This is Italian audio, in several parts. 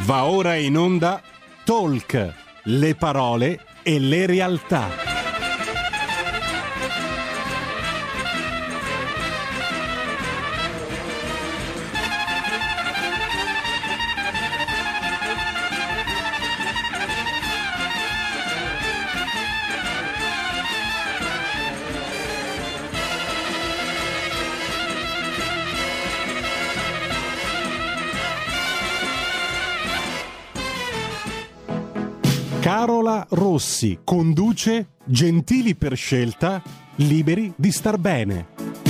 Va ora in onda Talk, le parole e le realtà. Carola Rossi conduce Gentili per scelta, liberi di star bene.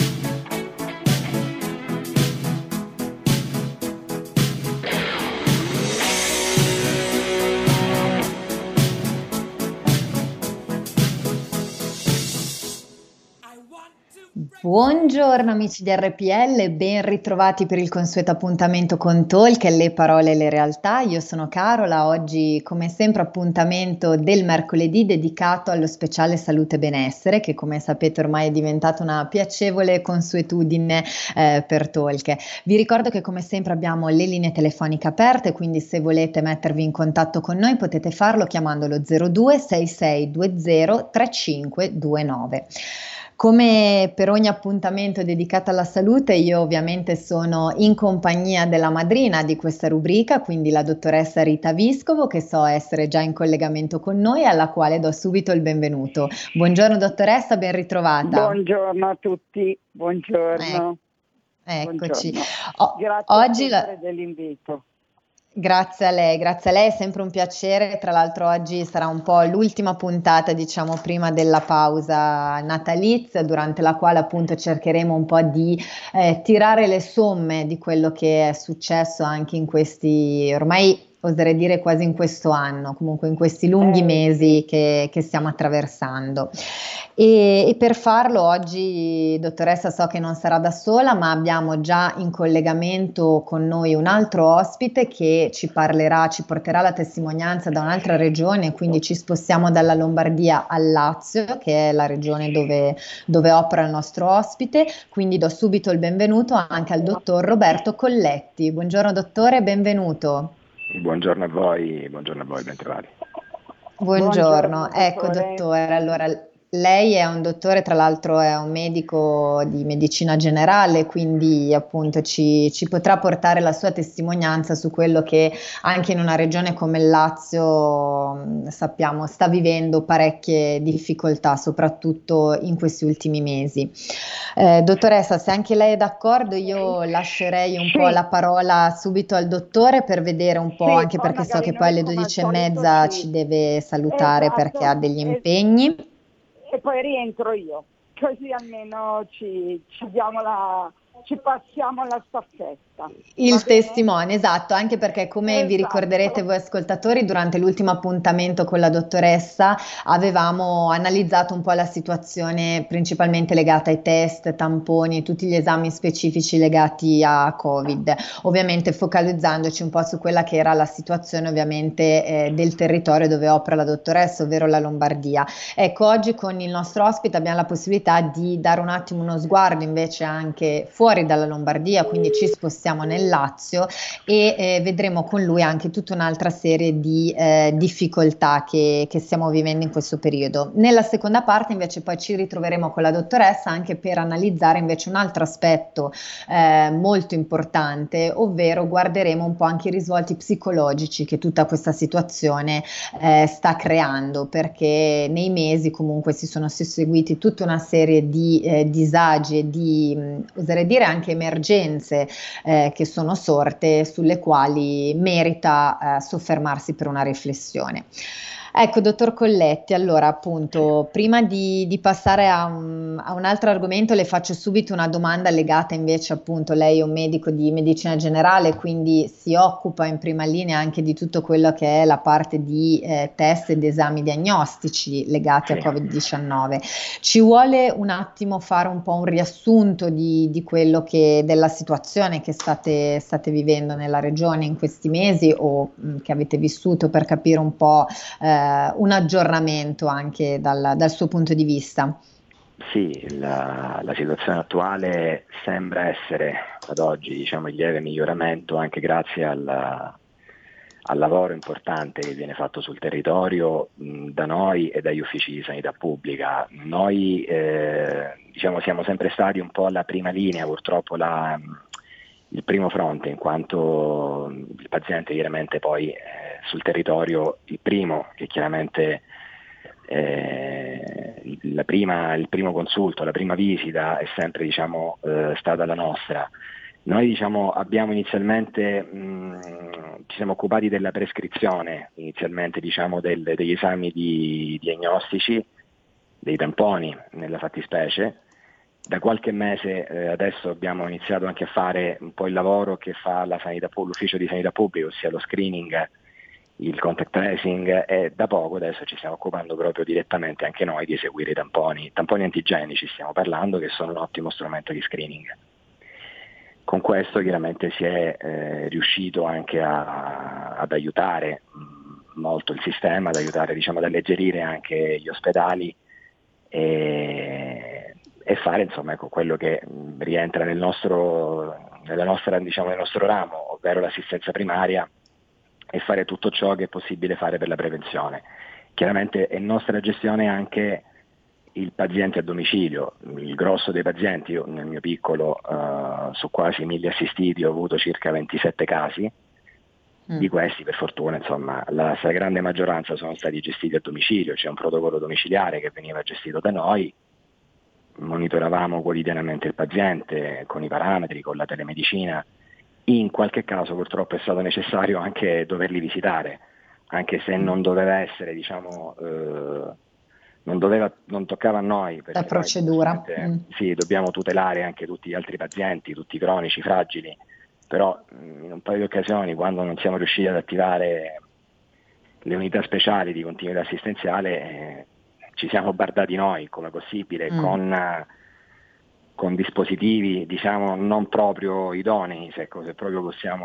Buongiorno amici di RPL, ben ritrovati per il consueto appuntamento con Talk, le parole e le realtà. Io sono Carola, oggi come sempre appuntamento del mercoledì dedicato allo speciale salute e benessere, che come sapete ormai è diventata una piacevole consuetudine per Talk. Vi ricordo che come sempre abbiamo le linee telefoniche aperte, quindi se volete mettervi in contatto con noi potete farlo chiamandolo 02 6620 3529. Come per ogni appuntamento dedicato alla salute, io ovviamente sono in compagnia della madrina di questa rubrica, quindi la dottoressa Rita Viscovo, che so essere già in collegamento con noi, alla quale do subito il benvenuto. Buongiorno dottoressa, ben ritrovata. Buongiorno a tutti, buongiorno. Eccoci. Buongiorno. Grazie Oggi dell'invito. Grazie a lei, è sempre un piacere. Tra l'altro oggi sarà un po' l'ultima puntata, diciamo, prima della pausa natalizia, durante la quale appunto cercheremo un po' di tirare le somme di quello che è successo anche in questi, ormai oserei dire quasi in questo anno, comunque in questi lunghi mesi che stiamo attraversando. E per farlo oggi, dottoressa, so che non sarà da sola, ma abbiamo già in collegamento con noi un altro ospite che ci porterà la testimonianza da un'altra regione, quindi ci spostiamo dalla Lombardia al Lazio, che è la regione dove opera il nostro ospite, quindi do subito il benvenuto anche al dottor Roberto Colletti. Buongiorno dottore, benvenuto. Buongiorno a voi, bentrovati. Buongiorno, ecco dottore, allora lei è un dottore, tra l'altro è un medico di medicina generale, quindi appunto ci potrà portare la sua testimonianza su quello che anche in una regione come il Lazio sappiamo sta vivendo parecchie difficoltà, soprattutto in questi ultimi mesi. Dottoressa, se anche lei è d'accordo, io lascerei un po' la parola subito al dottore per vedere un po', anche perché so che poi alle 12:30 ci deve salutare perché ha degli impegni. E poi rientro io, così almeno ci passiamo la staffetta. Il testimone, esatto, anche perché come vi ricorderete voi ascoltatori, durante l'ultimo appuntamento con la dottoressa avevamo analizzato un po' la situazione principalmente legata ai test, tamponi, tutti gli esami specifici legati a Covid, ovviamente focalizzandoci un po' su quella che era la situazione ovviamente del territorio dove opera la dottoressa, ovvero la Lombardia. Ecco, oggi con il nostro ospite abbiamo la possibilità di dare un attimo uno sguardo invece anche fuori dalla Lombardia, quindi ci spostiamo nel Lazio e vedremo con lui anche tutta un'altra serie di difficoltà che stiamo vivendo in questo periodo. Nella seconda parte invece poi ci ritroveremo con la dottoressa anche per analizzare invece un altro aspetto molto importante, ovvero guarderemo un po' anche i risvolti psicologici che tutta questa situazione sta creando, perché nei mesi comunque si sono susseguiti tutta una serie di disagi e di, oserei dire anche emergenze che sono sorte, sulle quali merita soffermarsi per una riflessione. Ecco, dottor Colletti, allora appunto, prima di passare a un altro argomento, le faccio subito una domanda legata invece appunto, lei è un medico di medicina generale, quindi si occupa in prima linea anche di tutto quello che è la parte di test ed esami diagnostici legati a Covid-19. Ci vuole un attimo fare un po' un riassunto di quello della situazione che state vivendo nella regione in questi mesi o che avete vissuto, per capire un po' un aggiornamento anche dal suo punto di vista. Sì, la situazione attuale sembra essere ad oggi, diciamo, in lieve miglioramento anche grazie al al lavoro importante che viene fatto sul territorio da noi e dagli uffici di sanità pubblica. Noi diciamo siamo sempre stati un po' alla prima linea, purtroppo il primo fronte, in quanto il paziente chiaramente poi sul territorio il primo che chiaramente il primo consulto, la prima visita è sempre diciamo stata la nostra. Noi diciamo abbiamo inizialmente ci siamo occupati della prescrizione inizialmente diciamo degli esami diagnostici, dei tamponi nella fattispecie. Da qualche mese adesso abbiamo iniziato anche a fare un po' il lavoro che fa l'ufficio di sanità pubblica, ossia lo screening, il contact tracing, e da poco adesso ci stiamo occupando proprio direttamente anche noi di eseguire i tamponi antigenici, stiamo parlando, che sono un ottimo strumento di screening. Con questo chiaramente si è riuscito anche ad aiutare molto il sistema, ad aiutare diciamo ad alleggerire anche gli ospedali e fare insomma ecco, quello che rientra nel nostro ramo, ovvero l'assistenza primaria, e fare tutto ciò che è possibile fare per la prevenzione. Chiaramente è nostra gestione anche il paziente a domicilio, il grosso dei pazienti. Io nel mio piccolo su quasi 1000 assistiti ho avuto circa 27 casi, di questi per fortuna insomma la stragrande maggioranza sono stati gestiti a domicilio, c'è un protocollo domiciliare che veniva gestito da noi, monitoravamo quotidianamente il paziente con i parametri, con la telemedicina. In qualche caso purtroppo è stato necessario anche doverli visitare, anche se non doveva essere diciamo non toccava a noi, perché la procedura. Sì, dobbiamo tutelare anche tutti gli altri pazienti, tutti i cronici, fragili, però in un paio di occasioni, quando non siamo riusciti ad attivare le unità speciali di continuità assistenziale, ci siamo bardati noi come possibile con dispositivi diciamo non proprio idonei, se proprio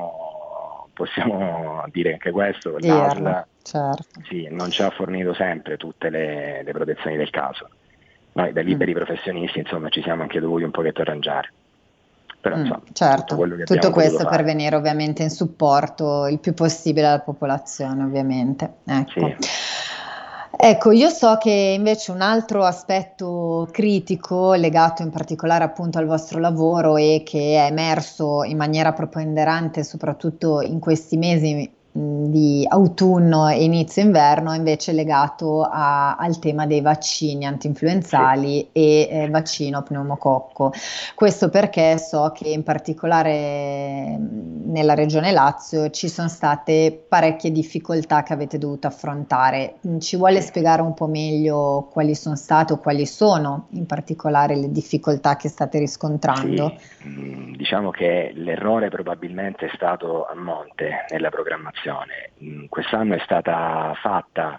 possiamo dire anche questo. L'ASL certo. sì, non ci ha fornito sempre tutte le protezioni del caso. Noi da liberi professionisti insomma ci siamo anche dovuti un pochetto arrangiare. Però insomma, certo, tutto questo per fare. venire ovviamente in supporto il più possibile alla popolazione, ovviamente. Ecco. Sì. Ecco, io so che invece un altro aspetto critico legato in particolare appunto al vostro lavoro e che è emerso in maniera preponderante soprattutto in questi mesi di autunno e inizio inverno, invece legato al tema dei vaccini antinfluenzali e vaccino pneumococco. Questo perché so che in particolare nella regione Lazio ci sono state parecchie difficoltà che avete dovuto affrontare. Ci vuole spiegare un po' meglio quali sono state o quali sono in particolare le difficoltà che state riscontrando? Sì, diciamo che l'errore probabilmente è stato a monte nella programmazione. Quest'anno è stata fatta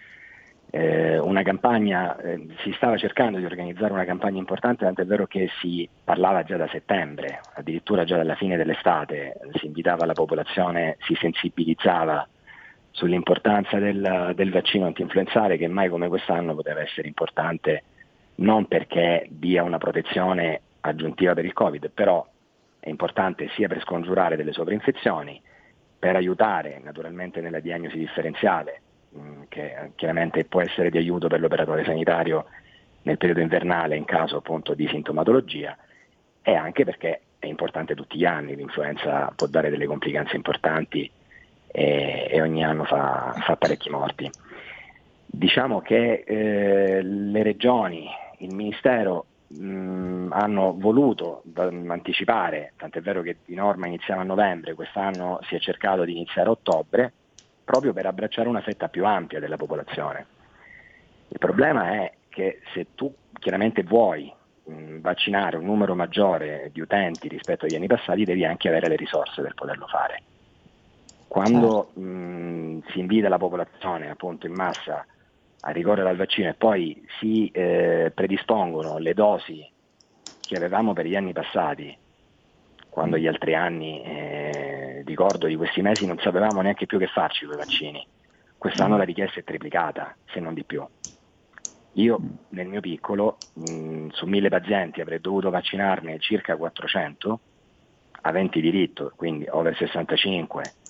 una campagna, si stava cercando di organizzare una campagna importante, tant'è vero che si parlava già da settembre, addirittura già dalla fine dell'estate, si invitava la popolazione, si sensibilizzava sull'importanza del vaccino antinfluenzale, che mai come quest'anno poteva essere importante, non perché dia una protezione aggiuntiva per il Covid, però è importante sia per scongiurare delle sovrainfezioni, per aiutare naturalmente nella diagnosi differenziale, che chiaramente può essere di aiuto per l'operatore sanitario nel periodo invernale in caso appunto di sintomatologia, e anche perché è importante tutti gli anni. L'influenza può dare delle complicanze importanti e ogni anno fa parecchi morti. Diciamo che le regioni, il Ministero hanno voluto anticipare, tant'è vero che di norma iniziava a novembre, quest'anno si è cercato di iniziare a ottobre, proprio per abbracciare una fetta più ampia della popolazione. Il problema è che se tu chiaramente vuoi vaccinare un numero maggiore di utenti rispetto agli anni passati, devi anche avere le risorse per poterlo fare. Quando si invita la popolazione appunto in massa a ricorrere al vaccino e poi si predispongono le dosi che avevamo per gli anni passati, quando gli altri anni, ricordo di questi mesi, non sapevamo neanche più che farci con i vaccini. Quest'anno la richiesta è triplicata, se non di più. Io nel mio piccolo su 1000 pazienti avrei dovuto vaccinarne circa 400 aventi diritto, quindi over 65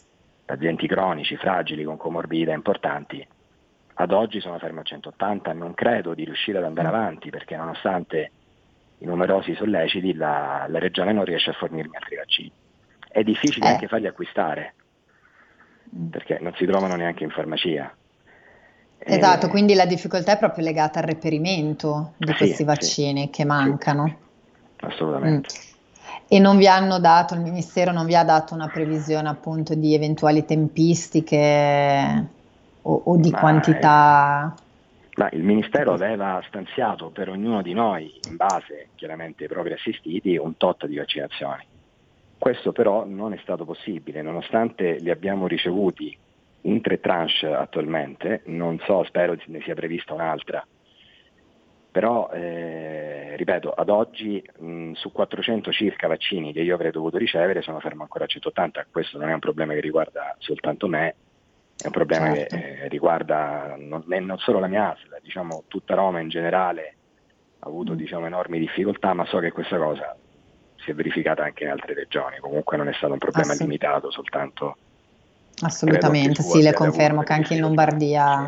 pazienti cronici, fragili, con comorbidità importanti, ad oggi sono fermo a 180, non credo di riuscire ad andare avanti, perché nonostante i numerosi solleciti la Regione non riesce a fornirmi altri vaccini. È difficile anche farli acquistare, perché non si trovano neanche in farmacia. Esatto, quindi la difficoltà è proprio legata al reperimento di questi vaccini che mancano. Assolutamente. E non vi hanno dato, il Ministero non vi ha dato una previsione appunto di eventuali tempistiche o di quantità? Ma il Ministero aveva stanziato per ognuno di noi, in base chiaramente ai propri assistiti, un tot di vaccinazioni. Questo però non è stato possibile, nonostante li abbiamo ricevuti in 3 tranche attualmente, non so, spero ne sia prevista un'altra, però ripeto, ad oggi su 400 circa vaccini che io avrei dovuto ricevere sono fermo ancora a 180. Questo non è un problema che riguarda soltanto me, è un problema che riguarda non solo la mia ASL, diciamo tutta Roma in generale ha avuto diciamo enormi difficoltà, ma so che questa cosa si è verificata anche in altre regioni, comunque non è stato un problema limitato soltanto. Assolutamente, sì, le confermo che anche in Lombardia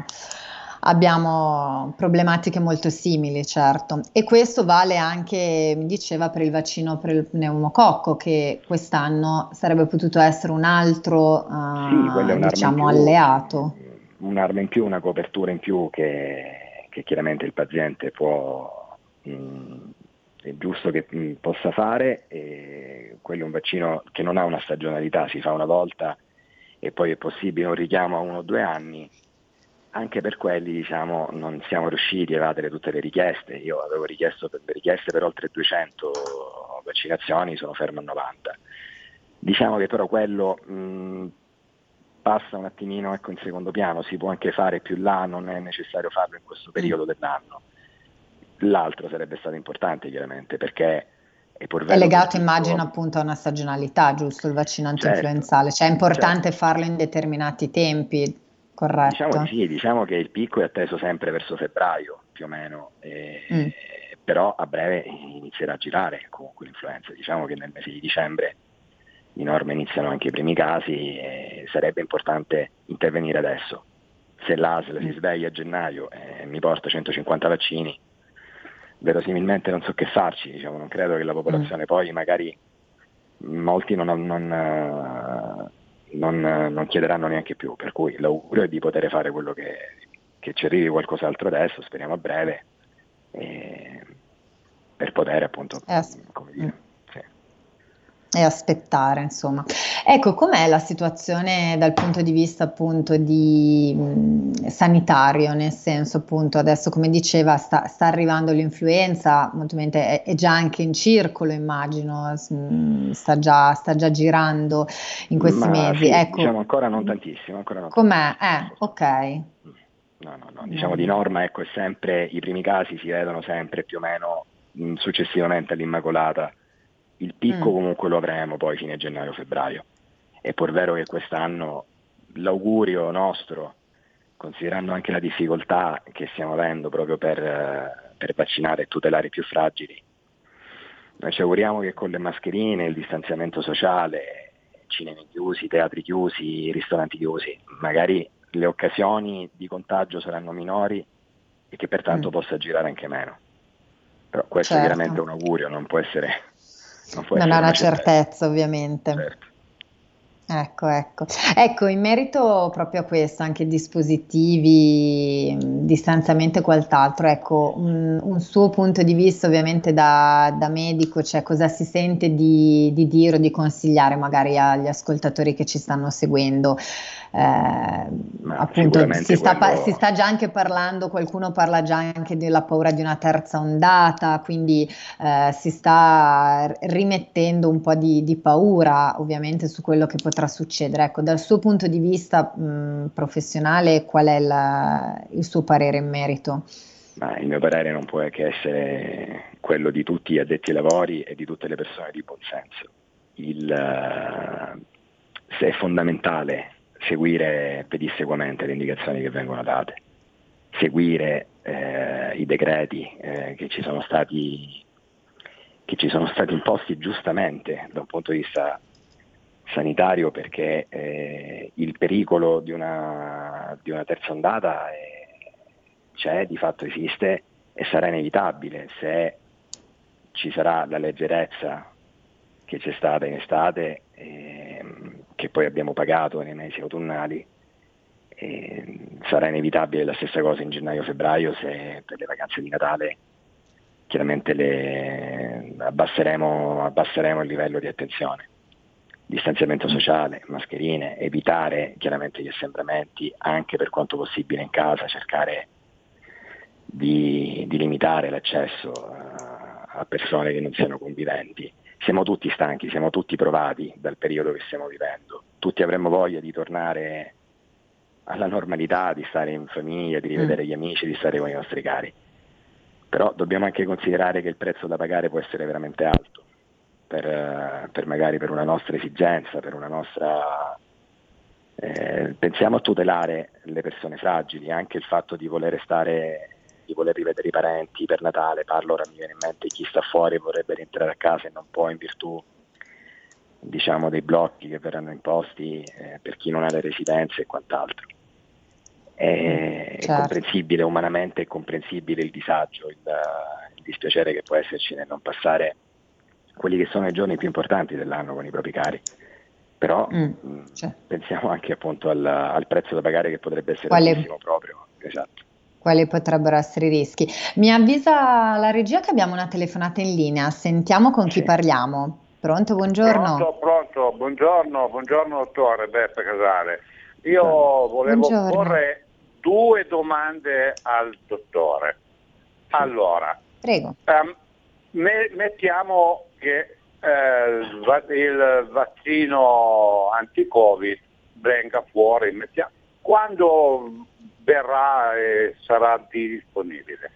abbiamo problematiche molto simili, certo. E questo vale anche, mi diceva, per il vaccino per il pneumococco, che quest'anno sarebbe potuto essere un altro, diciamo, alleato. Un'arma in più, una copertura in più che chiaramente il paziente può, è giusto che possa fare, e quello è un vaccino che non ha una stagionalità, si fa una volta e poi è possibile un richiamo a 1 o 2 anni. Anche per quelli diciamo non siamo riusciti a evadere tutte le richieste. Io avevo richiesto richieste per oltre 200 vaccinazioni, sono fermo a 90. Diciamo che però quello passa un attimino in secondo piano, si può anche fare più là, non è necessario farlo in questo periodo dell'anno. L'altro sarebbe stato importante chiaramente, perché è legato, immagino, appunto a una stagionalità, giusto, il vaccino antinfluenzale, cioè è importante farlo in determinati tempi, corretto? Diciamo che il picco è atteso sempre verso febbraio, più o meno, però a breve inizierà a girare comunque l'influenza. Diciamo che nel mese di dicembre di norma iniziano anche i primi casi e sarebbe importante intervenire adesso. Se l'ASL si sveglia a gennaio e mi porta 150 vaccini, verosimilmente non so che farci, diciamo, non credo che la popolazione poi magari molti non chiederanno neanche più, per cui l'augurio è di poter fare quello che ci arrivi qualcos'altro adesso, speriamo a breve, per poter appunto come dire, e aspettare, insomma. Ecco, com'è la situazione dal punto di vista appunto di sanitario, nel senso appunto adesso come diceva sta arrivando l'influenza, molto probabilmente è già anche in circolo, immagino, sta già girando in questi mesi. Sì, ecco, diciamo ancora non tantissimo. Com'è? Ok. No, diciamo di norma ecco, è sempre, i primi casi si vedono sempre più o meno successivamente all'Immacolata. Il picco comunque lo avremo poi fine gennaio-febbraio. È pur vero che quest'anno l'augurio nostro, considerando anche la difficoltà che stiamo avendo proprio per vaccinare e tutelare i più fragili, noi ci auguriamo che con le mascherine, il distanziamento sociale, cinema chiusi, teatri chiusi, ristoranti chiusi, magari le occasioni di contagio saranno minori e che pertanto possa girare anche meno. Però questo chiaramente è un augurio, non può essere... Non è una certezza, ovviamente. Certo. Ecco, in merito proprio a questo, anche dispositivi, distanziamento e quant'altro, ecco, un suo punto di vista ovviamente da medico, cioè cosa si sente di dire o di consigliare magari agli ascoltatori che ci stanno seguendo? Appunto si sta già anche parlando, qualcuno parla già anche della paura di una terza ondata, quindi si sta rimettendo un po' di paura ovviamente su quello che potrà succedere. Ecco, dal suo punto di vista professionale, qual è il suo parere in merito? Ma il mio parere non può che essere quello di tutti gli addetti ai lavori e di tutte le persone di buon senso. Se è fondamentale seguire pedissequamente le indicazioni che vengono date, seguire i decreti che ci sono stati imposti giustamente da un punto di vista sanitario, perché il pericolo di una terza ondata c'è, di fatto esiste e sarà inevitabile se ci sarà la leggerezza che c'è stata in estate, che poi abbiamo pagato nei mesi autunnali. Sarà inevitabile la stessa cosa in gennaio-febbraio, se per le vacanze di Natale chiaramente abbasseremo il livello di attenzione. Distanziamento sociale, mascherine, evitare chiaramente gli assembramenti, anche per quanto possibile in casa, cercare di limitare l'accesso a persone che non siano conviventi. Siamo tutti stanchi, siamo tutti provati dal periodo che stiamo vivendo, tutti avremmo voglia di tornare alla normalità, di stare in famiglia, di rivedere gli amici, di stare con i nostri cari. Però dobbiamo anche considerare che il prezzo da pagare può essere veramente alto, per magari per una nostra esigenza, per una nostra... pensiamo a tutelare le persone fragili, anche il fatto di voler rivedere i parenti per Natale. Ora mi viene in mente chi sta fuori e vorrebbe rientrare a casa e non può, in virtù diciamo dei blocchi che verranno imposti per chi non ha le residenze e quant'altro. È comprensibile, umanamente è comprensibile il disagio, il dispiacere che può esserci nel non passare quelli che sono i giorni più importanti dell'anno con i propri cari, però pensiamo anche appunto al prezzo da pagare, che potrebbe essere altissimo proprio. Esatto. Quali potrebbero essere i rischi? Mi avvisa la regia che abbiamo una telefonata in linea, sentiamo con chi parliamo. Pronto, buongiorno. Pronto, buongiorno dottore Beppe Casale. Io volevo porre 2 domande al dottore. Allora, prego. Mettiamo che il vaccino anti-Covid venga fuori, quando verrà e sarà disponibile.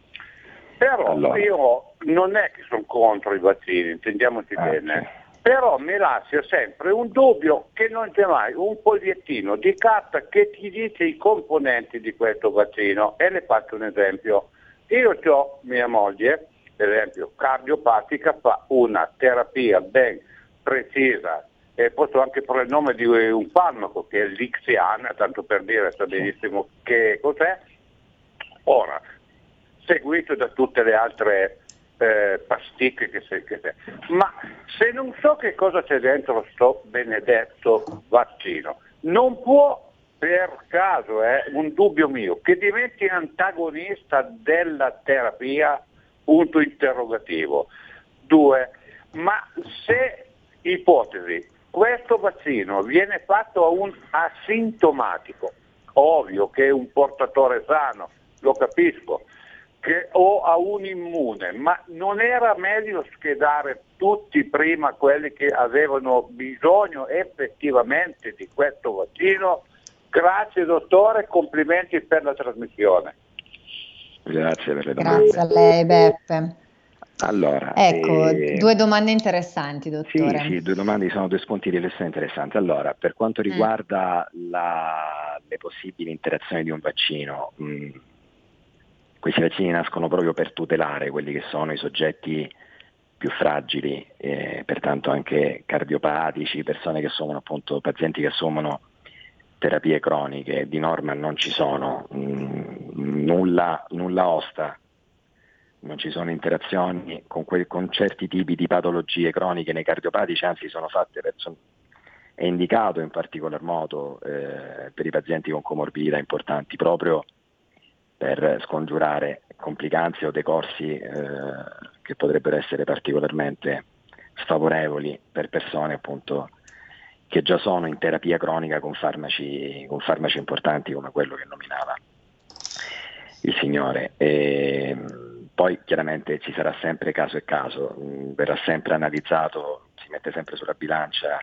Però io non è che sono contro i vaccini, intendiamoci bene, però mi lascia sempre un dubbio che non c'è mai un fogliettino di carta che ti dice i componenti di questo vaccino. E le faccio un esempio. Io ho mia moglie, per esempio, cardiopatica, fa una terapia ben precisa, e posso anche porre il nome di un farmaco che è l'Ixiana, tanto per dire, sa benissimo che cos'è. Ora, seguito da tutte le altre pasticche che c'è. Ma se non so che cosa c'è dentro sto benedetto vaccino, non può, per caso, un dubbio mio, che diventi antagonista della terapia? Punto interrogativo. 2, ma se, ipotesi, questo vaccino viene fatto a un asintomatico, ovvio che è un portatore sano, lo capisco, o a un immune, ma non era meglio schedare tutti prima quelli che avevano bisogno effettivamente di questo vaccino? Grazie dottore, complimenti per la trasmissione. Grazie per le domande. Grazie a lei Beppe. Allora, ecco, 2 domande interessanti, dottore. Sì, 2 domande, sono 2 spunti di riflessione interessanti. Allora, per quanto riguarda le possibili interazioni di un vaccino, questi vaccini nascono proprio per tutelare quelli che sono i soggetti più fragili, pertanto anche cardiopatici, persone che assumono, appunto, pazienti che assumono terapie croniche. Di norma non ci sono nulla osta, non ci sono interazioni con certi tipi di patologie croniche nei cardiopatici, anzi è indicato in particolar modo per i pazienti con comorbidità importanti, proprio per scongiurare complicanze o decorsi che potrebbero essere particolarmente sfavorevoli per persone, appunto, che già sono in terapia cronica con farmaci importanti come quello che nominava il signore. E poi chiaramente ci sarà sempre caso e caso, verrà sempre analizzato, si mette sempre sulla bilancia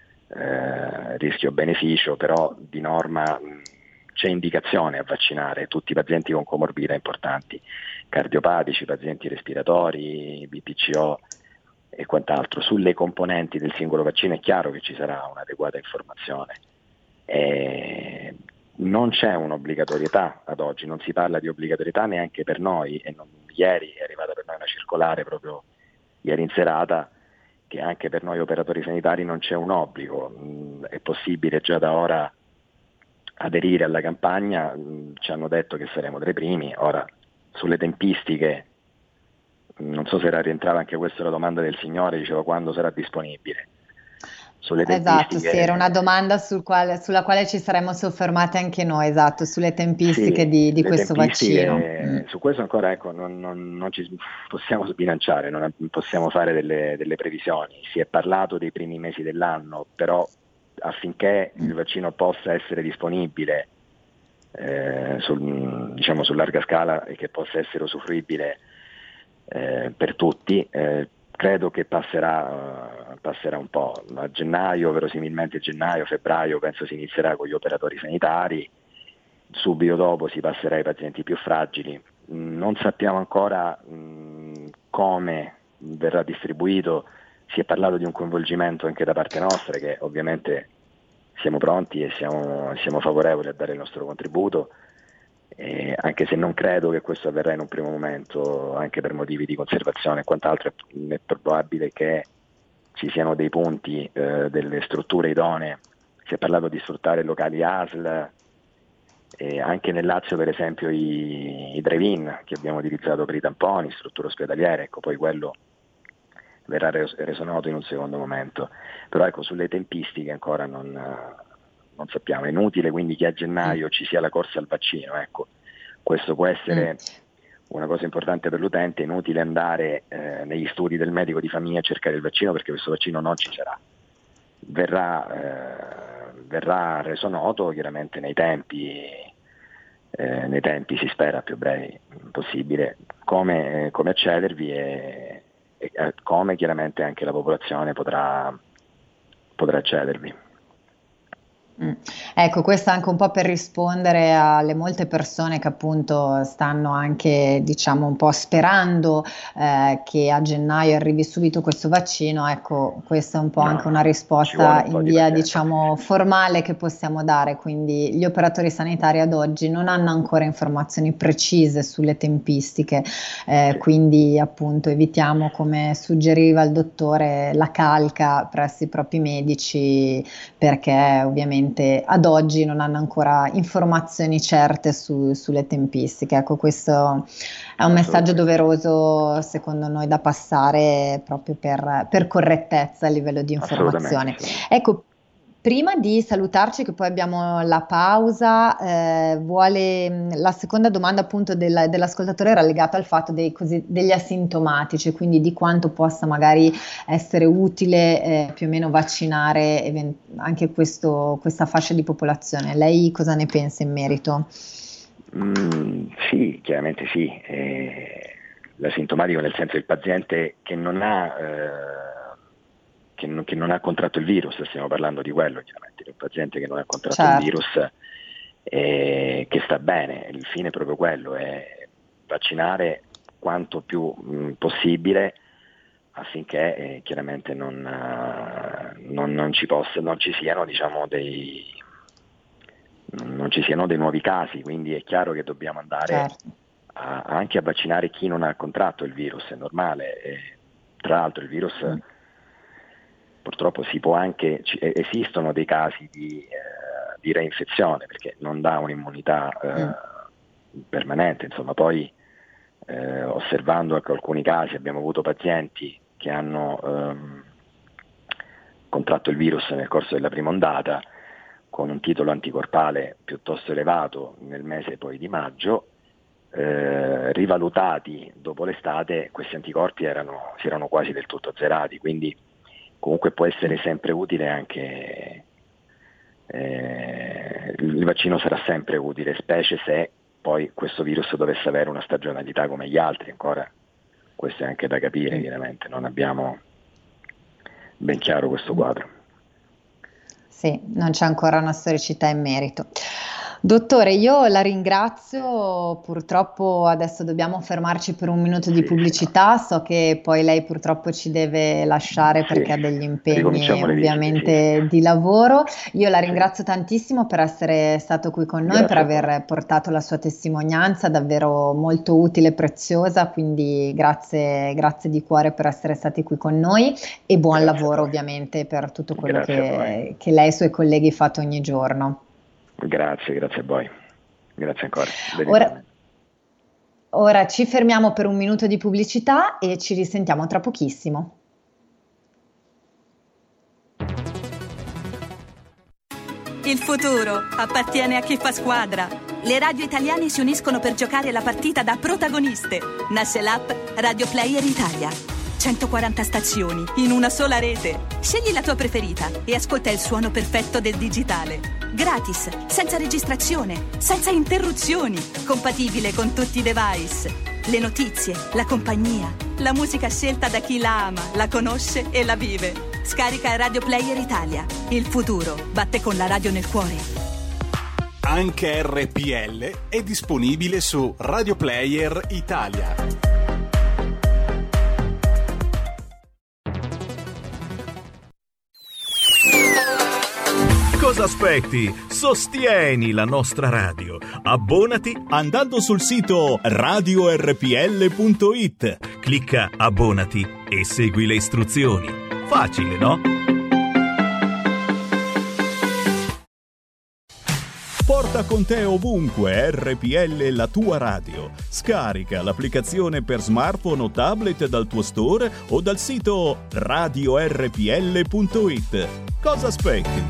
rischio-beneficio, però di norma c'è indicazione a vaccinare tutti i pazienti con comorbidità importanti, cardiopatici, pazienti respiratori, BPCO e quant'altro. Sulle componenti del singolo vaccino è chiaro che ci sarà un'adeguata informazione. Non c'è un'obbligatorietà ad oggi, non si parla di obbligatorietà neanche per noi, e ieri è arrivata per noi una circolare, proprio ieri in serata, che anche per noi operatori sanitari non c'è un obbligo, è possibile già da ora aderire alla campagna, ci hanno detto che saremo tra i primi. Ora, sulle tempistiche, non so se rientrava anche questa la domanda del signore, diceva quando sarà disponibile. Sulle Esatto, tempistiche, sì, era una domanda sulla quale ci saremmo soffermati anche noi, esatto, sulle tempistiche sì, di le questo vaccino. tempistiche, su questo ancora ecco, non ci possiamo sbilanciare, non possiamo fare delle previsioni. Si è parlato dei primi mesi dell'anno, però affinché il vaccino possa essere disponibile diciamo su larga scala e che possa essere usufruibile per tutti, credo che passerà un po'. A gennaio, verosimilmente gennaio, febbraio, penso si inizierà con gli operatori sanitari, subito dopo si passerà ai pazienti più fragili. Non sappiamo ancora come verrà distribuito, si è parlato di un coinvolgimento anche da parte nostra, che ovviamente siamo pronti e siamo favorevoli a dare il nostro contributo, anche se non credo che questo avverrà in un primo momento, anche per motivi di conservazione e quant'altro. È probabile che ci siano dei punti, delle strutture idonee. Si è parlato di sfruttare locali ASL, e anche nel Lazio per esempio i drive-in che abbiamo utilizzato per i tamponi, strutture ospedaliere, ecco, poi quello verrà reso noto in un secondo momento. Però ecco, sulle tempistiche ancora non sappiamo. È inutile quindi che a gennaio ci sia la corsa al vaccino, ecco. Questo può essere una cosa importante per l'utente. È inutile andare negli studi del medico di famiglia a cercare il vaccino, perché questo vaccino non ci sarà. Verrà reso noto chiaramente nei tempi si spera più brevi possibile, come accedervi e come chiaramente anche la popolazione potrà accedervi. Ecco, questo anche un po' per rispondere alle molte persone che appunto stanno anche, diciamo, un po' sperando che a gennaio arrivi subito questo vaccino. Ecco, questa è un po' anche una risposta in via, diciamo, formale che possiamo dare. Quindi gli operatori sanitari ad oggi non hanno ancora informazioni precise sulle tempistiche, quindi appunto evitiamo, come suggeriva il dottore, la calca presso i propri medici, perché ovviamente ad oggi non hanno ancora informazioni certe sulle tempistiche. Ecco, questo è un messaggio doveroso secondo noi da passare proprio per correttezza a livello di informazione. Ecco, prima di salutarci, che poi abbiamo la pausa, la seconda domanda appunto dell'ascoltatore era legata al fatto degli asintomatici, quindi di quanto possa magari essere utile più o meno vaccinare anche questa fascia di popolazione. Lei cosa ne pensa in merito? Sì, chiaramente sì. L'asintomatico nel senso del paziente che non ha contratto il virus, stiamo parlando di quello chiaramente, di un paziente che non ha contratto il virus che sta bene. Il fine è proprio quello, è vaccinare quanto più possibile affinché chiaramente non ci siano, diciamo, non ci siano dei nuovi casi. Quindi è chiaro che dobbiamo andare anche a vaccinare chi non ha contratto il virus, è normale. Tra l'altro il virus purtroppo esistono dei casi di reinfezione, perché non dà un'immunità permanente. Insomma, poi osservando anche alcuni casi abbiamo avuto pazienti che hanno contratto il virus nel corso della prima ondata con un titolo anticorpale piuttosto elevato nel mese poi di maggio. Rivalutati dopo l'estate, questi anticorpi si erano quasi del tutto azzerati, quindi comunque può essere sempre utile anche il vaccino sarà sempre utile, specie se poi questo virus dovesse avere una stagionalità come gli altri. Ancora questo è anche da capire, chiaramente non abbiamo ben chiaro questo quadro. Sì, non c'è ancora una storicità in merito. Dottore, io la ringrazio, purtroppo adesso dobbiamo fermarci per un minuto di Sì, pubblicità, so che poi lei purtroppo ci deve lasciare sì, perché ha degli impegni ricominciamo le visite, ovviamente sì. di lavoro. Io la Sì. ringrazio tantissimo per essere stato qui con noi, per Grazie a voi. aver portato la sua testimonianza, davvero molto utile e preziosa, quindi grazie di cuore per essere stati qui con noi e buon Grazie a lavoro voi. ovviamente per tutto quello Grazie a voi. che lei e i suoi colleghi fate ogni giorno. Grazie a voi. Grazie ancora. Ora, ora ci fermiamo per un minuto di pubblicità e ci risentiamo tra pochissimo. Il futuro appartiene a chi fa squadra. Le radio italiane si uniscono per giocare la partita da protagoniste. Nasce l'app Radio Player Italia. 140 stazioni in una sola rete. Scegli la tua preferita e ascolta il suono perfetto del digitale. Gratis, senza registrazione, senza interruzioni, compatibile con tutti i device. Le notizie, la compagnia, la musica scelta da chi la ama, la conosce e la vive. Scarica Radio Player Italia. Il futuro batte con la radio nel cuore. Anche RPL è disponibile su Radio Player Italia. Cosa aspetti? Sostieni la nostra radio. Abbonati andando sul sito radiorpl.it. Clicca abbonati e segui le istruzioni. Facile, no? Porta con te ovunque RPL, la tua radio. Scarica l'applicazione per smartphone o tablet dal tuo store o dal sito radiorpl.it. Cosa aspetti?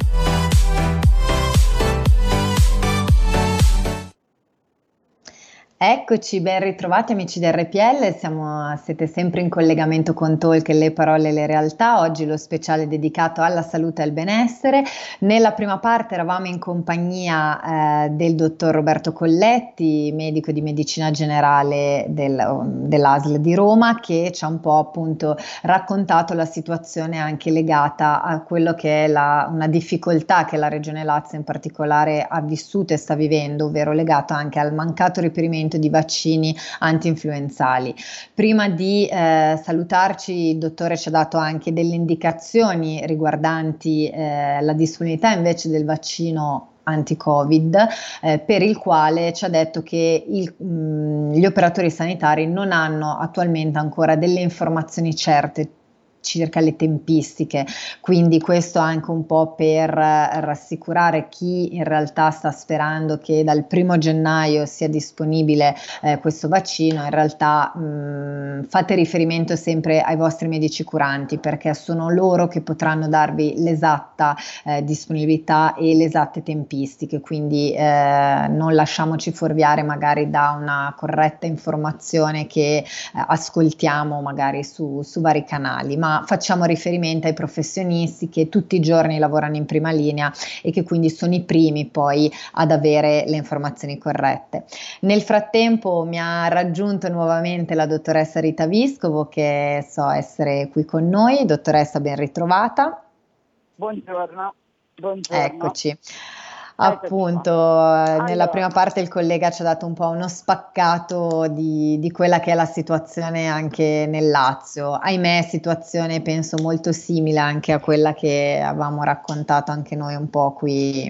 Eccoci, ben ritrovati amici di RPL, siete sempre in collegamento con Talk, le parole e le realtà. Oggi lo speciale dedicato alla salute e al benessere. Nella prima parte eravamo in compagnia del dottor Roberto Colletti, medico di medicina generale dell'ASL di Roma, che ci ha un po' appunto raccontato la situazione anche legata a quello che è una difficoltà che la Regione Lazio in particolare ha vissuto e sta vivendo, ovvero legato anche al mancato reperimento di vaccini anti-influenzali. Prima di salutarci, il dottore ci ha dato anche delle indicazioni riguardanti la disponibilità invece del vaccino anti-Covid, per il quale ci ha detto che gli operatori sanitari non hanno attualmente ancora delle informazioni certe circa le tempistiche, quindi questo anche un po' per rassicurare chi in realtà sta sperando che dal 1 gennaio sia disponibile questo vaccino. In realtà fate riferimento sempre ai vostri medici curanti, perché sono loro che potranno darvi l'esatta disponibilità e le esatte tempistiche, quindi non lasciamoci fuorviare magari da una corretta informazione che ascoltiamo magari su vari canali, ma facciamo riferimento ai professionisti che tutti i giorni lavorano in prima linea e che quindi sono i primi poi ad avere le informazioni corrette. Nel frattempo mi ha raggiunto nuovamente la dottoressa Rita Vescovo, che so essere qui con noi. Dottoressa, ben ritrovata. Buongiorno. Eccoci. Appunto, nella prima parte il collega ci ha dato un po' uno spaccato di quella che è la situazione anche nel Lazio. Ahimè, situazione penso molto simile anche a quella che avevamo raccontato anche noi un po' qui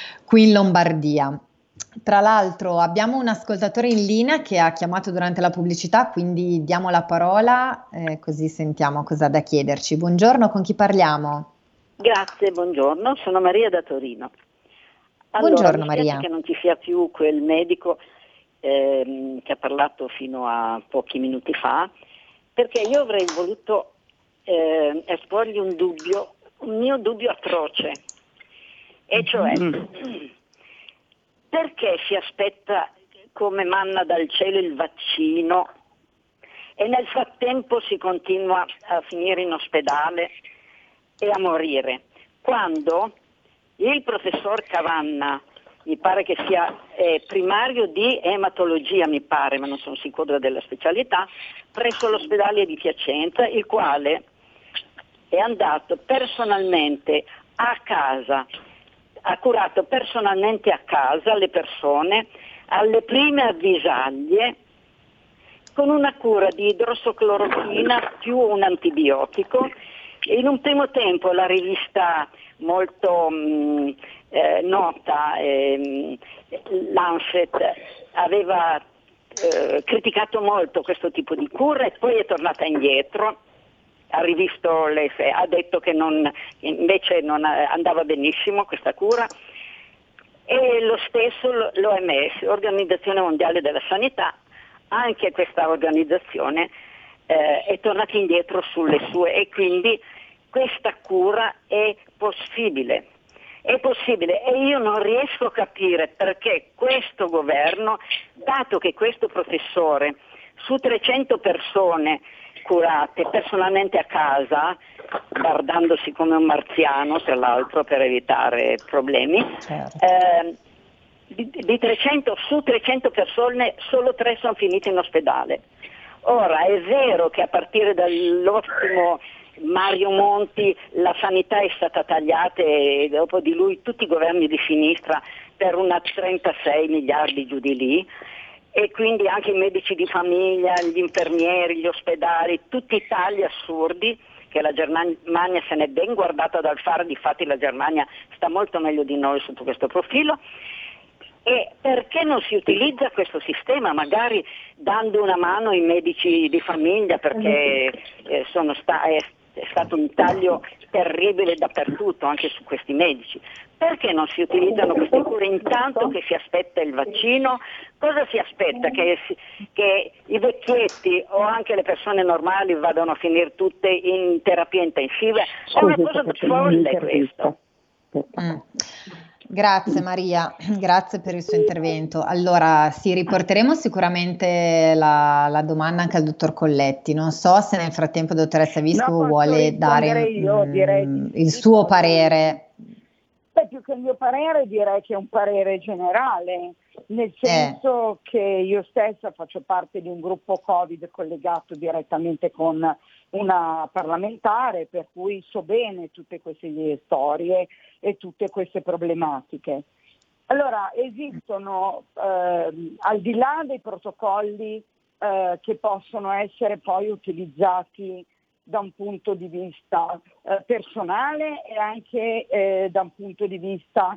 in Lombardia. Tra l'altro abbiamo un ascoltatore in linea che ha chiamato durante la pubblicità, quindi diamo la parola così sentiamo cosa ha da chiederci. Buongiorno, con chi parliamo? Grazie, buongiorno, sono Maria da Torino. Allora, Buongiorno mi spiace Maria. che non ci sia più quel medico che ha parlato fino a pochi minuti fa, perché io avrei voluto esporgli un mio dubbio atroce, e cioè perché si aspetta come manna dal cielo il vaccino e nel frattempo si continua a finire in ospedale e a morire, quando il professor Cavanna, mi pare che sia primario di ematologia, mi pare, ma non sono sicura della specialità, presso l'ospedale di Piacenza, il quale è andato personalmente a casa ha curato personalmente a casa le persone alle prime avvisaglie con una cura di idrossoclorochina più un antibiotico. In un primo tempo la rivista molto nota, Lancet, aveva criticato molto questo tipo di cura e poi è tornata indietro, ha rivisto ha detto che invece non andava benissimo questa cura, e lo stesso l'OMS, Organizzazione Mondiale della Sanità, anche questa organizzazione è tornata indietro sulle sue, e quindi questa cura è possibile e io non riesco a capire perché questo governo, dato che questo professore su 300 persone curate personalmente a casa, guardandosi come un marziano tra l'altro per evitare problemi, su 300 persone solo 3 sono finite in ospedale. Ora è vero che a partire dall'ottimo Mario Monti la sanità è stata tagliata e dopo di lui tutti i governi di sinistra per una 36 miliardi giù di lì, e quindi anche i medici di famiglia, gli infermieri, gli ospedali, tutti i tagli assurdi che la Germania se n'è ben guardata dal fare, difatti la Germania sta molto meglio di noi sotto questo profilo. E perché non si utilizza questo sistema, magari dando una mano ai medici di famiglia, perché è stato un taglio terribile dappertutto, anche su questi medici. Perché non si utilizzano queste cure intanto che si aspetta il vaccino? Cosa si aspetta? Che i vecchietti o anche le persone normali vadano a finire tutte in terapia intensiva? È una cosa folle questo. Grazie Maria, grazie per il suo intervento. Allora, riporteremo sicuramente la domanda anche al dottor Colletti. Non so se nel frattempo dottoressa Vescovo vuole dare il suo parere. Più che il mio parere direi che è un parere generale, nel senso che io stessa faccio parte di un gruppo Covid collegato direttamente con una parlamentare, per cui so bene tutte queste storie e tutte queste problematiche. Allora, esistono, al di là dei protocolli che possono essere poi utilizzati da un punto di vista personale e anche da un punto di vista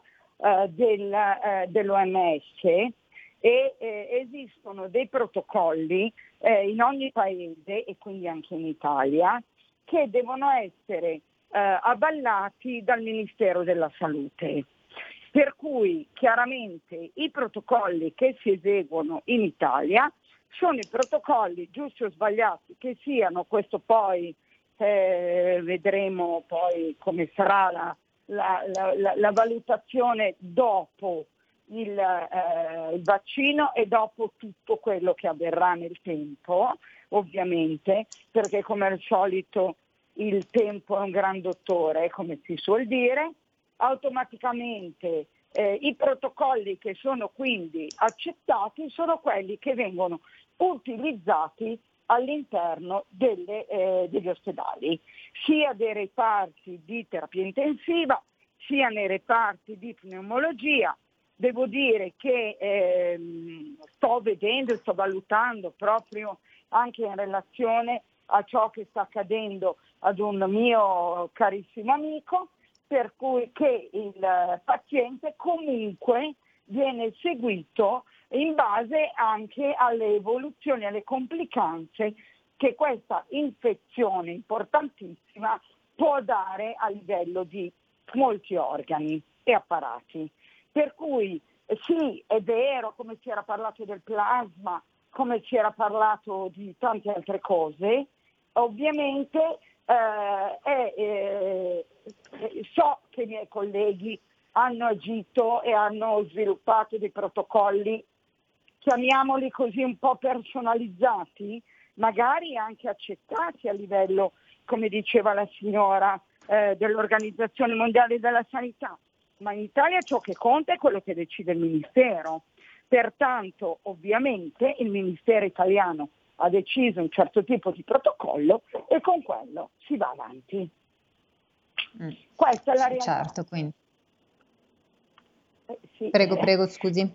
dell'OMS, e esistono dei protocolli in ogni paese e quindi anche in Italia che devono essere avallati dal Ministero della Salute. Per cui chiaramente i protocolli che si eseguono in Italia sono i protocolli, giusti o sbagliati che siano, questo poi vedremo poi come sarà la valutazione dopo il vaccino e dopo tutto quello che avverrà nel tempo, ovviamente, perché come al solito il tempo è un gran dottore, come si suol dire. Automaticamente i protocolli che sono quindi accettati sono quelli che vengono utilizzati all'interno degli ospedali, sia dei reparti di terapia intensiva, sia nei reparti di pneumologia. Devo dire che sto valutando proprio anche in relazione a ciò che sta accadendo ad un mio carissimo amico, per cui che il paziente comunque viene seguito in base anche alle evoluzioni, alle complicanze che questa infezione importantissima può dare a livello di molti organi e apparati. Per cui sì, è vero, come si era parlato del plasma, come si era parlato di tante altre cose, ovviamente so che i miei colleghi hanno agito e hanno sviluppato dei protocolli, chiamiamoli così, un po' personalizzati, magari anche accettati a livello, come diceva la signora, dell'Organizzazione Mondiale della Sanità. Ma in Italia ciò che conta è quello che decide il Ministero. Pertanto, ovviamente, il Ministero italiano ha deciso un certo tipo di protocollo e con quello si va avanti. Questa è la realtà. Certo, quindi. Prego, scusi.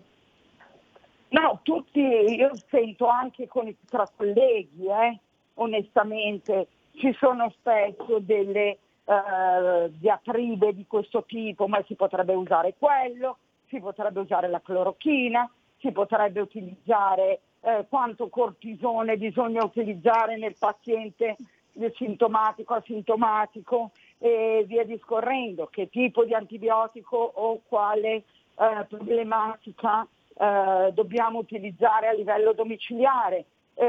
No, io sento anche tra colleghi, onestamente, ci sono spesso delle diatribe di questo tipo, ma si potrebbe usare quello, si potrebbe usare la clorochina, si potrebbe utilizzare quanto cortisone bisogna utilizzare nel paziente sintomatico, asintomatico e via discorrendo, che tipo di antibiotico o quale problematica dobbiamo utilizzare a livello domiciliare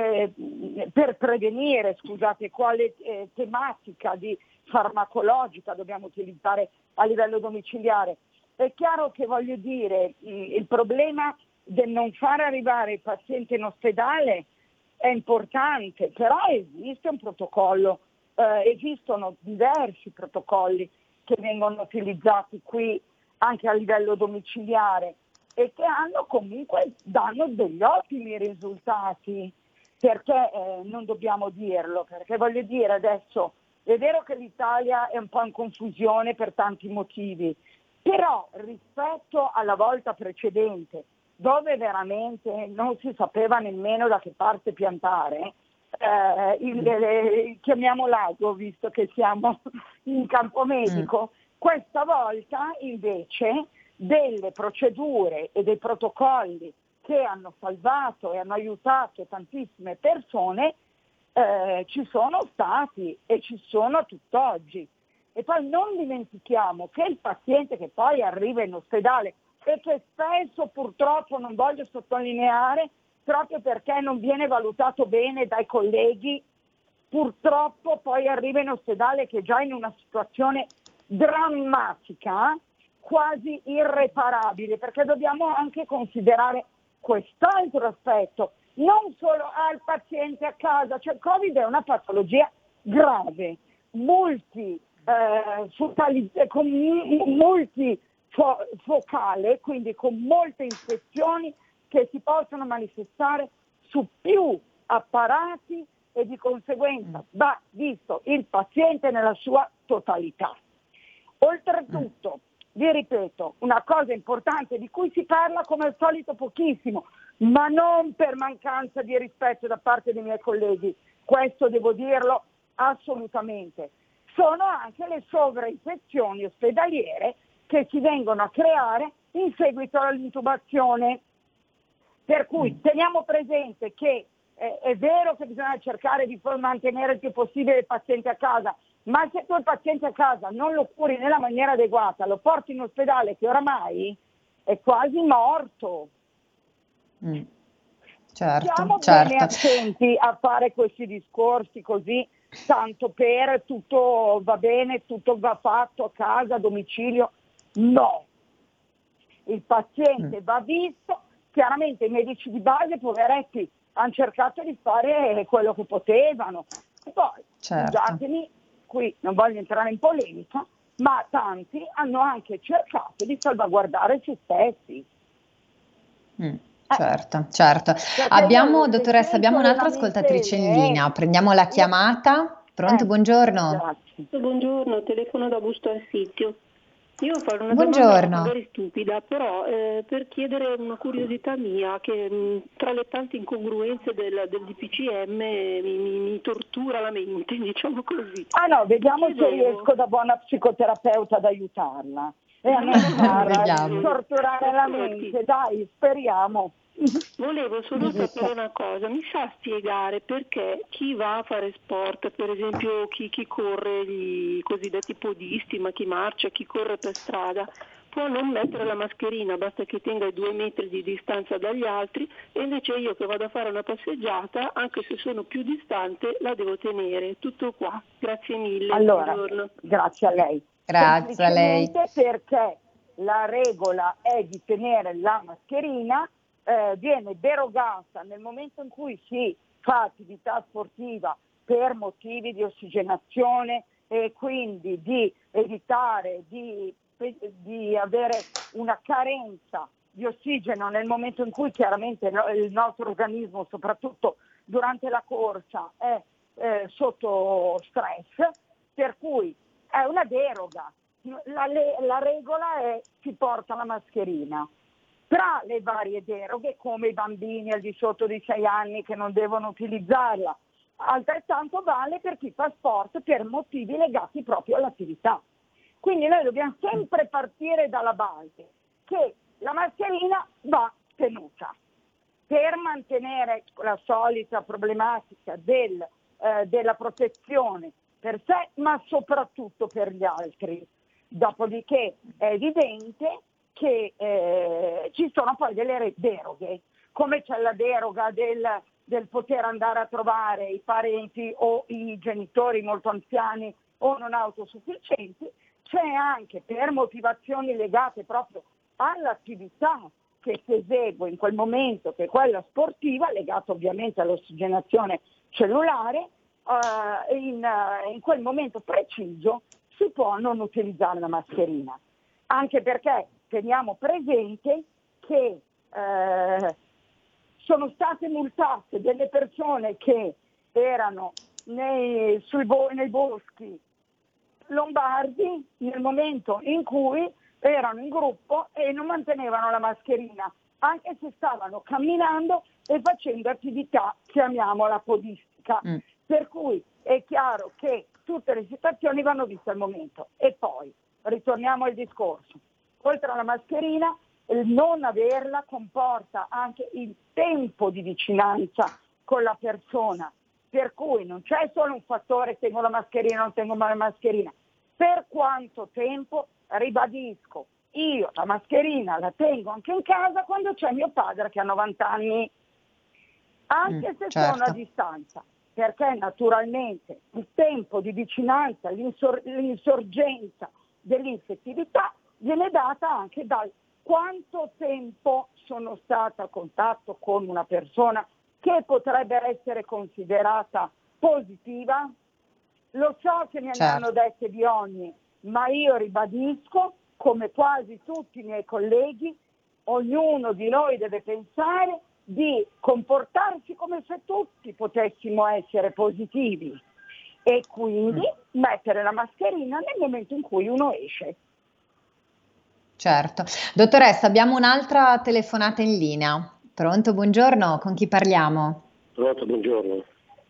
per prevenire, quale tematica farmacologica dobbiamo utilizzare a livello domiciliare. È chiaro che voglio dire, il problema del non far arrivare il paziente in ospedale è importante, però esiste un protocollo, esistono diversi protocolli che vengono utilizzati qui anche a livello domiciliare e che danno degli ottimi risultati, perché non dobbiamo dirlo, perché voglio dire adesso è vero che l'Italia è un po' in confusione per tanti motivi, però rispetto alla volta precedente, dove veramente non si sapeva nemmeno da che parte piantare, chiamiamo l'ago, visto che siamo in campo medico, questa volta invece delle procedure e dei protocolli che hanno salvato e hanno aiutato tantissime persone ci sono stati e ci sono tutt'oggi. E poi non dimentichiamo che il paziente che poi arriva in ospedale e che spesso purtroppo, non voglio sottolineare, proprio perché non viene valutato bene dai colleghi, purtroppo poi arriva in ospedale che è già in una situazione drammatica, quasi irreparabile, perché dobbiamo anche considerare quest'altro aspetto, non solo al paziente a casa, cioè il Covid è una patologia grave, multifocale, quindi con molte infezioni che si possono manifestare su più apparati e di conseguenza va visto il paziente nella sua totalità. Oltretutto, vi ripeto, una cosa importante di cui si parla come al solito pochissimo, ma non per mancanza di rispetto da parte dei miei colleghi, questo devo dirlo assolutamente, sono anche le sovrainfezioni ospedaliere che si vengono a creare in seguito all'intubazione. Per cui teniamo presente che è vero che bisogna cercare di mantenere il più possibile il paziente a casa, ma se tu il paziente a casa non lo curi nella maniera adeguata, lo porti in ospedale che oramai è quasi morto. Siamo bene attenti a fare questi discorsi così, tanto per tutto va bene, tutto va fatto a casa, a domicilio. No, il paziente va visto, chiaramente i medici di base, poveretti, hanno cercato di fare quello che potevano. E poi, scusatemi, qui non voglio entrare in polemica, ma tanti hanno anche cercato di salvaguardare se stessi. Certo. Dottoressa, abbiamo un'altra ascoltatrice in linea, prendiamo la chiamata. Pronto, buongiorno. Grazie. Buongiorno, telefono da Busto Arsizio. Io farò una domanda magari stupida, però per chiedere una curiosità mia che tra le tante incongruenze del DPCM mi tortura la mente, diciamo così. No, vediamo se riesco da buona psicoterapeuta ad aiutarla e a non torturare la mente, dai, speriamo. Volevo solo sapere una cosa, mi sa spiegare perché chi va a fare sport, per esempio chi corre, i cosiddetti podisti, ma chi marcia, chi corre per strada, può non mettere la mascherina, basta che tenga i 2 metri di distanza dagli altri, e invece io che vado a fare una passeggiata, anche se sono più distante, la devo tenere. Tutto qua, grazie mille. Allora, buongiorno. Grazie a lei. Grazie a lei. Perché la regola è di tenere la mascherina, viene derogata nel momento in cui si fa attività sportiva per motivi di ossigenazione e quindi di evitare di avere una carenza di ossigeno nel momento in cui chiaramente il nostro organismo, soprattutto durante la corsa, è sotto stress, per cui è una deroga. La regola è si porta la mascherina. tra le varie deroghe, come i bambini al di sotto di 6 anni che non devono utilizzarla. Altrettanto vale per chi fa sport per motivi legati proprio all'attività. Quindi noi dobbiamo sempre partire dalla base che la mascherina va tenuta per mantenere la solita problematica della protezione per sé, ma soprattutto per gli altri. Dopodiché è evidente che ci sono poi delle deroghe, come c'è la deroga del poter andare a trovare i parenti o i genitori molto anziani o non autosufficienti, c'è anche per motivazioni legate proprio all'attività che si esegue in quel momento, che è quella sportiva, legata ovviamente all'ossigenazione cellulare, in quel momento preciso si può non utilizzare la mascherina, anche perché teniamo presente che sono state multate delle persone che erano nei boschi lombardi nel momento in cui erano in gruppo e non mantenevano la mascherina, anche se stavano camminando e facendo attività, chiamiamola podistica. Per cui è chiaro che tutte le situazioni vanno viste al momento. E poi, ritorniamo al discorso, oltre alla mascherina, il non averla comporta anche il tempo di vicinanza con la persona, per cui non c'è solo un fattore tengo la mascherina, non tengo la mascherina. Per quanto tempo? Ribadisco, io la mascherina la tengo anche in casa quando c'è mio padre che ha 90 anni, anche se sono a distanza, perché naturalmente il tempo di vicinanza, l'insorgenza dell'infettività viene data anche dal quanto tempo sono stata a contatto con una persona che potrebbe essere considerata positiva. Lo so che me ne hanno dette di ogni, ma io ribadisco, come quasi tutti i miei colleghi, ognuno di noi deve pensare di comportarsi come se tutti potessimo essere positivi e quindi mettere la mascherina nel momento in cui uno esce. Certo. Dottoressa, abbiamo un'altra telefonata in linea. Pronto, buongiorno, con chi parliamo? Pronto, buongiorno.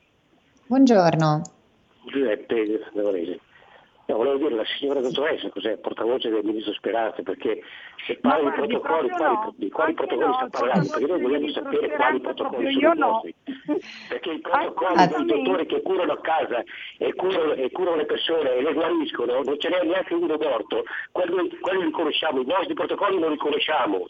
Buongiorno. Giuseppe da Varese. No, volevo dire, la signora dottoressa cos'è? Portavoce del ministro Speranza, perché se parla di protocolli, di quali protocolli sta parlando? Perché noi vogliamo sapere quali protocolli sono imposti. Perché i protocolli dei dottori che curano a casa e curano le persone e le guariscono, non ce n'è neanche uno morto, quelli li conosciamo, i nostri protocolli non li conosciamo.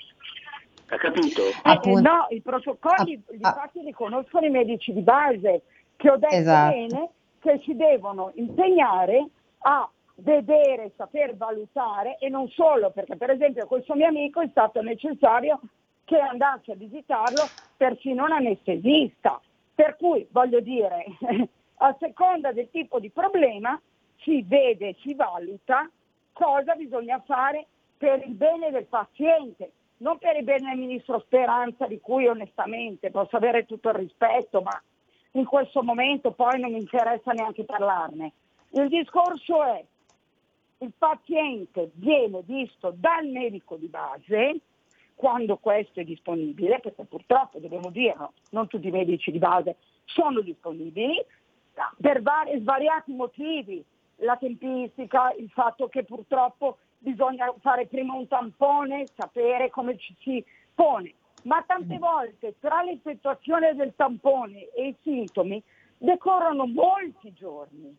Ha capito? No, i protocolli infatti li conoscono i medici di base, che ho detto bene che si devono impegnare a vedere, saper valutare, e non solo, perché per esempio questo mio amico è stato necessario che andasse a visitarlo persino un anestesista, per cui voglio dire a seconda del tipo di problema si vede, si valuta cosa bisogna fare per il bene del paziente, non per il bene del ministro Speranza, di cui onestamente posso avere tutto il rispetto, ma in questo momento poi non mi interessa neanche parlarne. Il discorso è: il paziente viene visto dal medico di base quando questo è disponibile, perché purtroppo dobbiamo dirlo, non tutti i medici di base sono disponibili per svariati motivi, la tempistica, il fatto che purtroppo bisogna fare prima un tampone, sapere come ci si pone, ma tante volte tra l'effettuazione del tampone e i sintomi decorrono molti giorni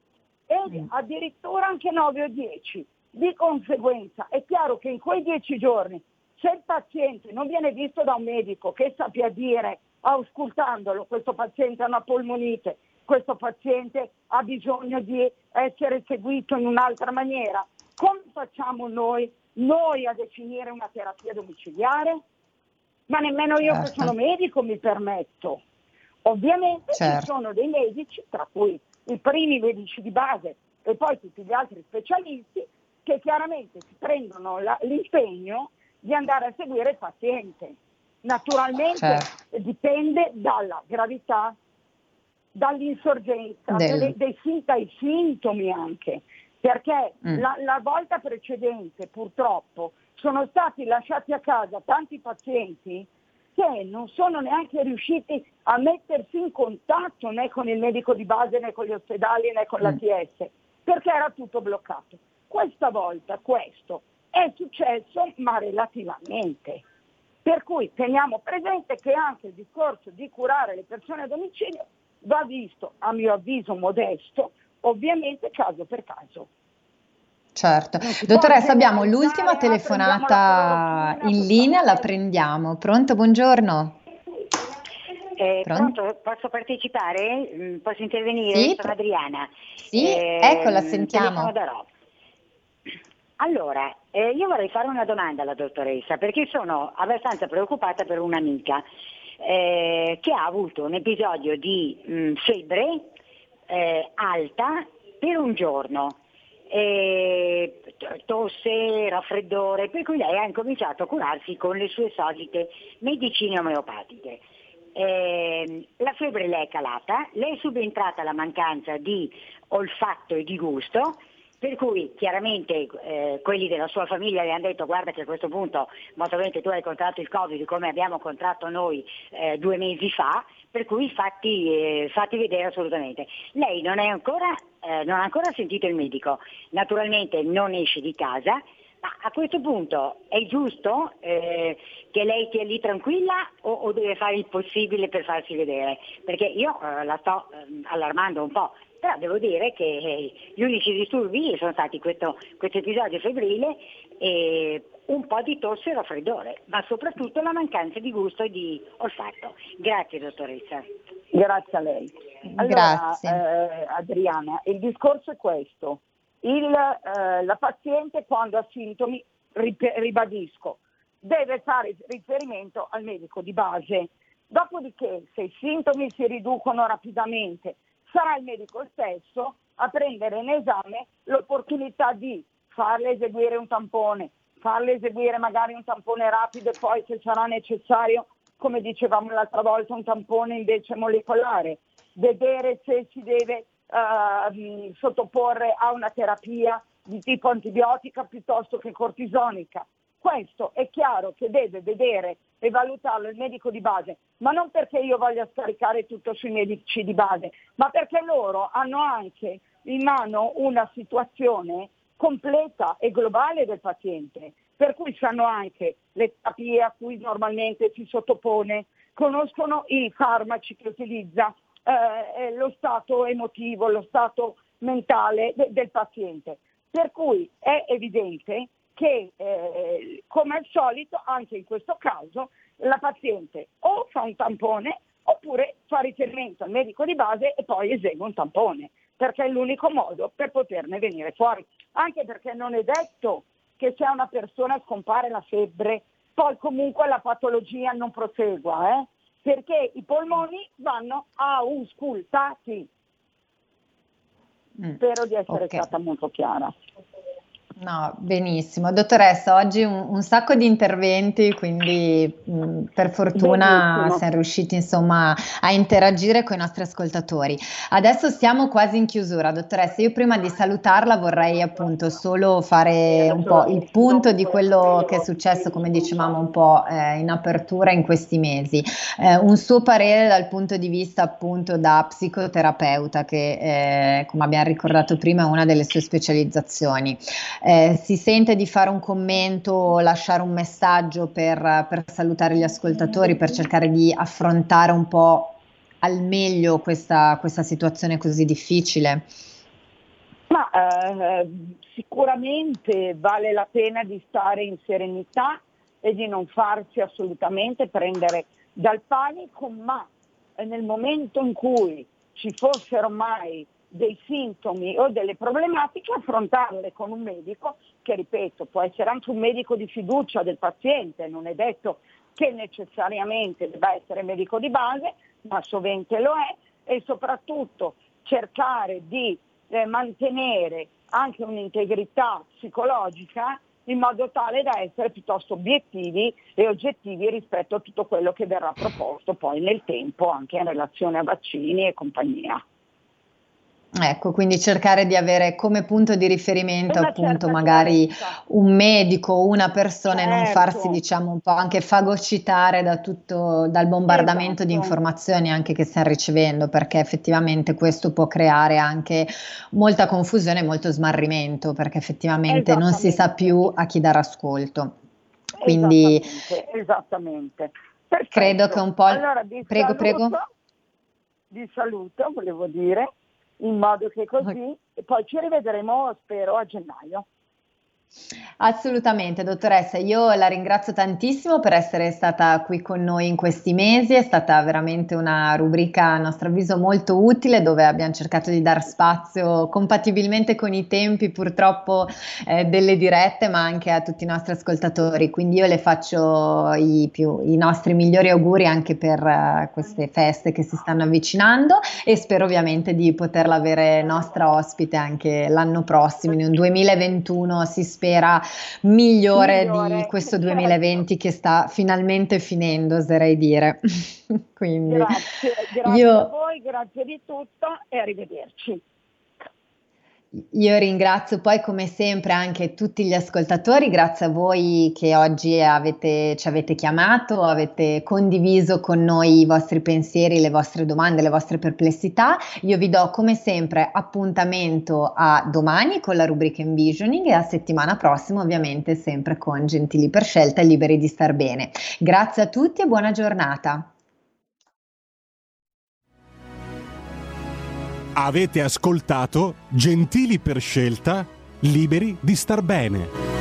e addirittura anche 9 o 10. Di conseguenza è chiaro che in quei 10 giorni, se il paziente non viene visto da un medico che sappia dire, auscultandolo, questo paziente ha una polmonite, questo paziente ha bisogno di essere seguito in un'altra maniera, come facciamo noi a definire una terapia domiciliare? Ma nemmeno io che sono medico mi permetto. Ovviamente ci sono dei medici, tra cui i primi medici di base e poi tutti gli altri specialisti, che chiaramente si prendono l'impegno di andare a seguire il paziente. Naturalmente dipende dalla gravità, dall'insorgenza, dai sintomi anche. perché la volta precedente purtroppo sono stati lasciati a casa tanti pazienti che non sono neanche riusciti a mettersi in contatto né con il medico di base né con gli ospedali né con l'ATS, perché era tutto bloccato. Questa volta questo è successo, ma relativamente. Per cui teniamo presente che anche il discorso di curare le persone a domicilio va visto, a mio avviso modesto, ovviamente caso per caso. Certo. Dottoressa, abbiamo l'ultima telefonata in linea, la prendiamo. Pronto, buongiorno. Pronto? Posso partecipare? Posso intervenire? Sì, Sono Adriana. Sì, ecco, la sentiamo. Telefono da Roma. Allora, io vorrei fare una domanda alla dottoressa, perché sono abbastanza preoccupata per un'amica che ha avuto un episodio di febbre alta per un giorno, tosse, raffreddore, per cui lei ha incominciato a curarsi con le sue solite medicine omeopatiche. La febbre le è calata, le è subentrata la mancanza di olfatto e di gusto, per cui chiaramente quelli della sua famiglia le hanno detto: guarda che a questo punto molto bene tu hai contratto il Covid come abbiamo contratto noi 2 mesi fa, per cui fatti vedere assolutamente. Lei non ha ancora sentito il medico, naturalmente non esce di casa, ma a questo punto è giusto che lei stia lì tranquilla o deve fare il possibile per farsi vedere? Perché io la sto allarmando un po'. Però devo dire che gli unici disturbi sono stati questo episodio febbrile e un po' di tosse e raffreddore, ma soprattutto la mancanza di gusto e di olfatto. Grazie dottoressa. Grazie a lei. Allora, Adriana, il discorso è questo. La paziente quando ha sintomi, ribadisco, deve fare riferimento al medico di base. Dopodiché, se i sintomi si riducono rapidamente, sarà il medico stesso a prendere in esame l'opportunità di farle eseguire un tampone, farle eseguire magari un tampone rapido e poi, se sarà necessario, come dicevamo l'altra volta, un tampone invece molecolare, vedere se si deve sottoporre a una terapia di tipo antibiotica piuttosto che cortisonica. Questo è chiaro che deve vedere e valutarlo il medico di base, ma non perché io voglia scaricare tutto sui medici di base, ma perché loro hanno anche in mano una situazione completa e globale del paziente, per cui sanno anche le terapie a cui normalmente si sottopone, conoscono i farmaci che utilizza, lo stato emotivo, lo stato mentale del paziente. Per cui è evidente che come al solito anche in questo caso la paziente o fa un tampone oppure fa riferimento al medico di base e poi esegue un tampone, perché è l'unico modo per poterne venire fuori, anche perché non è detto che se a una persona scompare la febbre poi comunque la patologia non prosegua, perché i polmoni vanno auscultati. Spero di essere stata molto chiara. No, benissimo. Dottoressa, oggi un sacco di interventi, quindi per fortuna siamo riusciti insomma a interagire con i nostri ascoltatori. Adesso siamo quasi in chiusura, dottoressa. Io prima di salutarla vorrei appunto solo fare un po' il punto di quello che è successo, come dicevamo un po' in apertura in questi mesi. Un suo parere dal punto di vista appunto da psicoterapeuta, che come abbiamo ricordato prima è una delle sue specializzazioni. Si sente di fare un commento, lasciare un messaggio per salutare gli ascoltatori, per cercare di affrontare un po' al meglio questa situazione così difficile? Ma sicuramente vale la pena di stare in serenità e di non farsi assolutamente prendere dal panico, ma nel momento in cui ci fossero mai dei sintomi o delle problematiche, affrontarle con un medico che, ripeto, può essere anche un medico di fiducia del paziente, non è detto che necessariamente debba essere medico di base, ma sovente lo è, e soprattutto cercare di mantenere anche un'integrità psicologica in modo tale da essere piuttosto obiettivi e oggettivi rispetto a tutto quello che verrà proposto poi nel tempo anche in relazione a vaccini e compagnia. Ecco, quindi cercare di avere come punto di riferimento Una appunto certa magari chiarezza. un medico o una persona e non farsi, Certo, diciamo, un po' anche fagocitare dal bombardamento di esatto, informazioni anche che stiamo ricevendo, perché effettivamente questo può creare anche molta confusione e molto smarrimento, perché effettivamente non si sa esattamente, più a chi dare ascolto. Quindi esattamente. credo che Perfetto. un po'... Allora Prego. vi saluto, volevo dire, in modo che così, e poi ci rivedremo, spero, a gennaio. Assolutamente, dottoressa, io la ringrazio tantissimo per essere stata qui con noi in questi mesi, è stata veramente una rubrica a nostro avviso molto utile dove abbiamo cercato di dar spazio compatibilmente con i tempi purtroppo delle dirette, ma anche a tutti i nostri ascoltatori, quindi io le faccio i nostri migliori auguri anche per queste feste che si stanno avvicinando e spero ovviamente di poterla avere nostra ospite anche l'anno prossimo, in un 2021 si spera migliore di questo 2020 che sta finalmente finendo, oserei dire. Quindi Grazie a voi, grazie di tutto e arrivederci. Io ringrazio poi come sempre anche tutti gli ascoltatori, grazie a voi che oggi ci avete chiamato, avete condiviso con noi i vostri pensieri, le vostre domande, le vostre perplessità. Io vi do come sempre appuntamento a domani con la rubrica Envisioning e a settimana prossima ovviamente sempre con Gentili per scelta e liberi di star bene. Grazie a tutti e buona giornata. Avete ascoltato Gentili per scelta, liberi di star bene.